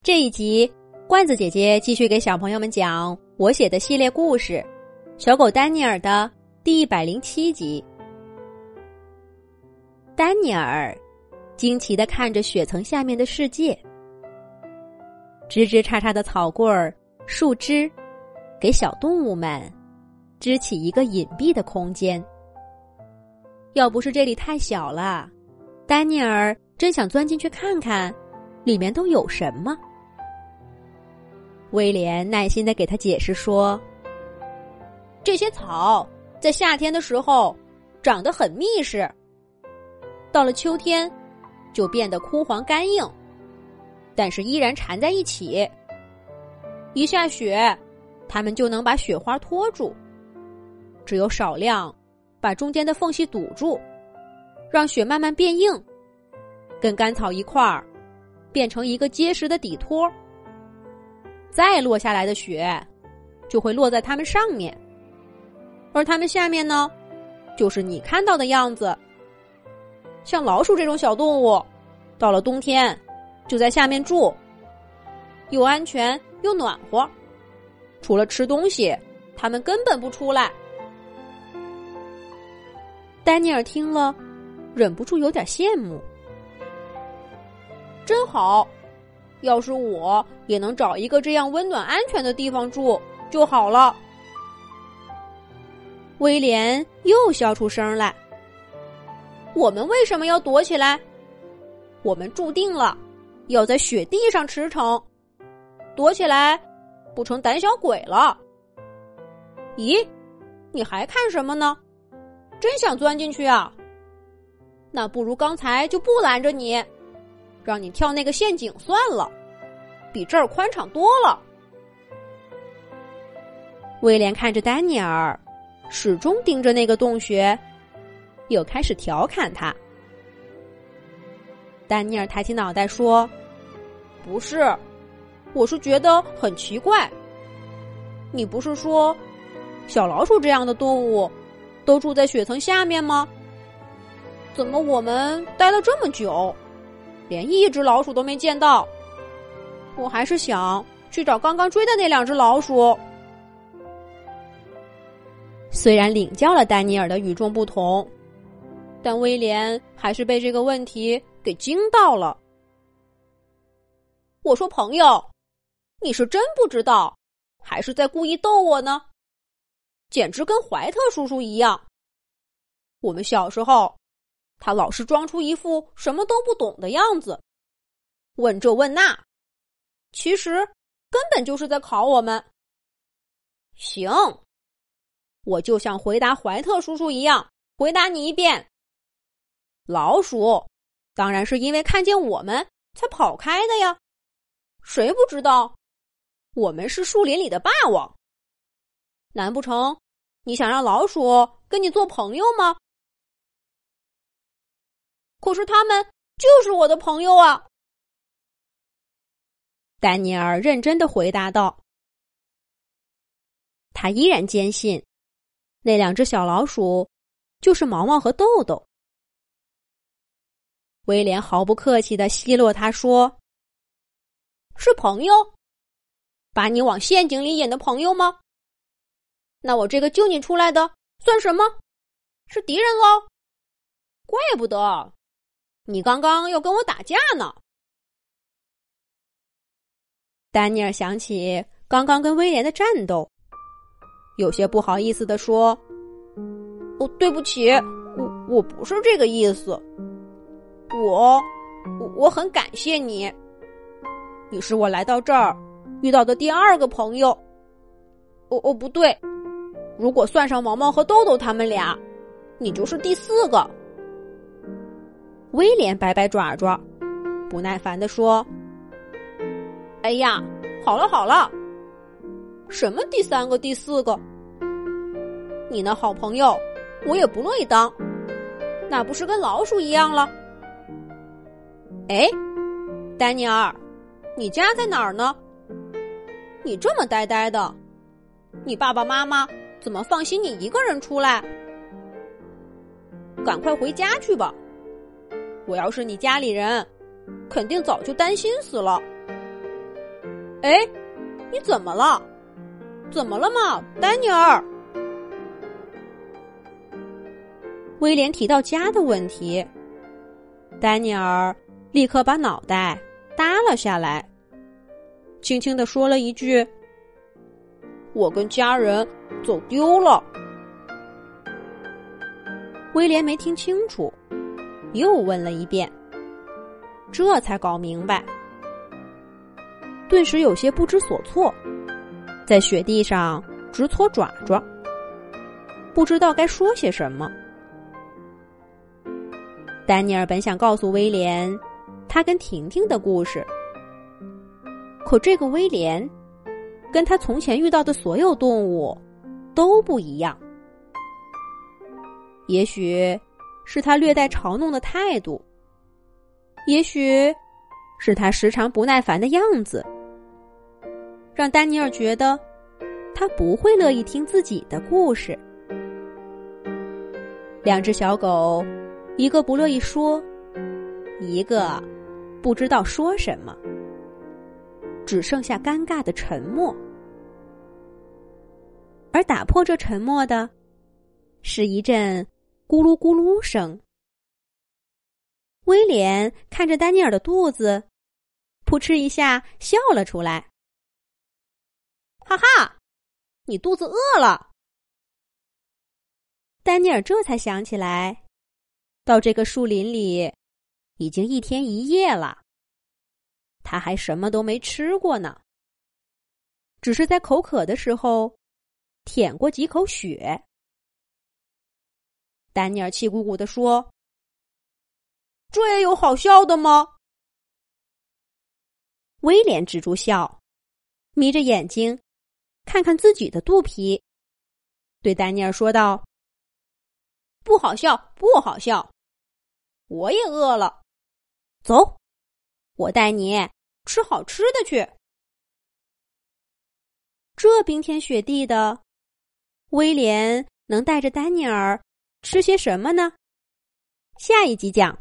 这一集，罐子姐姐继续给小朋友们讲我写的系列故事《小狗丹尼尔》的第107集。丹尼尔惊奇地看着雪层下面的世界，枝枝杈杈的草棍儿、树枝，给小动物们支起一个隐蔽的空间。要不是这里太小了，丹尼尔真想钻进去看看，里面都有什么。威廉耐心地给他解释说，这些草在夏天的时候长得很密实，到了秋天就变得枯黄干硬，但是依然缠在一起。一下雪，它们就能把雪花拖住，只有少量把中间的缝隙堵住，让雪慢慢变硬，跟干草一块儿变成一个结实的底托。再落下来的雪就会落在它们上面，而它们下面呢，就是你看到的样子。像老鼠这种小动物，到了冬天就在下面住，又安全又暖和，除了吃东西，它们根本不出来。丹尼尔听了，忍不住有点羡慕。真好，要是我也能找一个这样温暖安全的地方住就好了。威廉又笑出声来。我们为什么要躲起来？我们注定了要在雪地上驰骋，躲起来不成胆小鬼了。咦，你还看什么呢？真想钻进去啊？那不如刚才就不拦着你，让你跳那个陷阱算了，比这儿宽敞多了。威廉看着丹尼尔，始终盯着那个洞穴，又开始调侃他。丹尼尔抬起脑袋说，不是，我是觉得很奇怪。你不是说小老鼠这样的动物都住在雪层下面吗？怎么我们待了这么久，连一只老鼠都没见到？我还是想去找刚刚追的那2只老鼠。虽然领教了丹尼尔的与众不同，但威廉还是被这个问题给惊到了。我说朋友，你是真不知道，还是在故意逗我呢？简直跟怀特叔叔一样。我们小时候，他老是装出一副什么都不懂的样子，问这问那，其实根本就是在考我们。行，我就像回答怀特叔叔一样，回答你一遍。老鼠当然是因为看见我们才跑开的呀，谁不知道我们是树林里的霸王？难不成你想让老鼠跟你做朋友吗？可是他们就是我的朋友啊！丹尼尔认真地回答道。他依然坚信，那2只小老鼠就是毛毛和豆豆。威廉毫不客气地奚落他说，是朋友？把你往陷阱里引的朋友吗？那我这个救你出来的算什么？是敌人喽？怪不得你刚刚要跟我打架呢。丹尼尔想起刚刚跟威廉的战斗，有些不好意思地说，对不起，我不是这个意思。我很感谢你，你是我来到这儿遇到的第2个朋友。不对，如果算上毛毛和豆豆他们俩，你就是第4个。威廉摆摆爪爪，不耐烦地说，哎呀，好了好了，什么第3个第4个？你那好朋友我也不乐意当，那不是跟老鼠一样了？哎，丹尼尔，你家在哪儿呢？你这么呆呆的，你爸爸妈妈怎么放心你一个人出来？赶快回家去吧，我要是你家里人，肯定早就担心死了。 哎，你怎么了？怎么了嘛，丹尼尔？威廉提到家的问题，丹尼尔立刻把脑袋耷了下来，轻轻地说了一句：“我跟家人走丢了。”威廉没听清楚，又问了一遍，这才搞明白，顿时有些不知所措，在雪地上直搓爪爪，不知道该说些什么。丹尼尔本想告诉威廉他跟婷婷的故事，可这个威廉跟他从前遇到的所有动物都不一样。也许是他略带嘲弄的态度，也许是他时常不耐烦的样子，让丹尼尔觉得他不会乐意听自己的故事。两只小狗，一个不乐意说，一个不知道说什么，只剩下尴尬的沉默。而打破这沉默的是一阵咕噜咕噜声。威廉看着丹尼尔的肚子，扑哧一下笑了出来。哈哈，你肚子饿了。丹尼尔这才想起来，到这个树林里已经1天1夜了，他还什么都没吃过呢，只是在口渴的时候舔过几口雪。丹尼尔气鼓鼓地说：“这也有好笑的吗？”威廉止住笑，眯着眼睛看看自己的肚皮，对丹尼尔说道：“不好笑，不好笑，我也饿了。走，我带你吃好吃的去。”这冰天雪地的，威廉能带着丹尼尔吃些什么呢？下一集讲。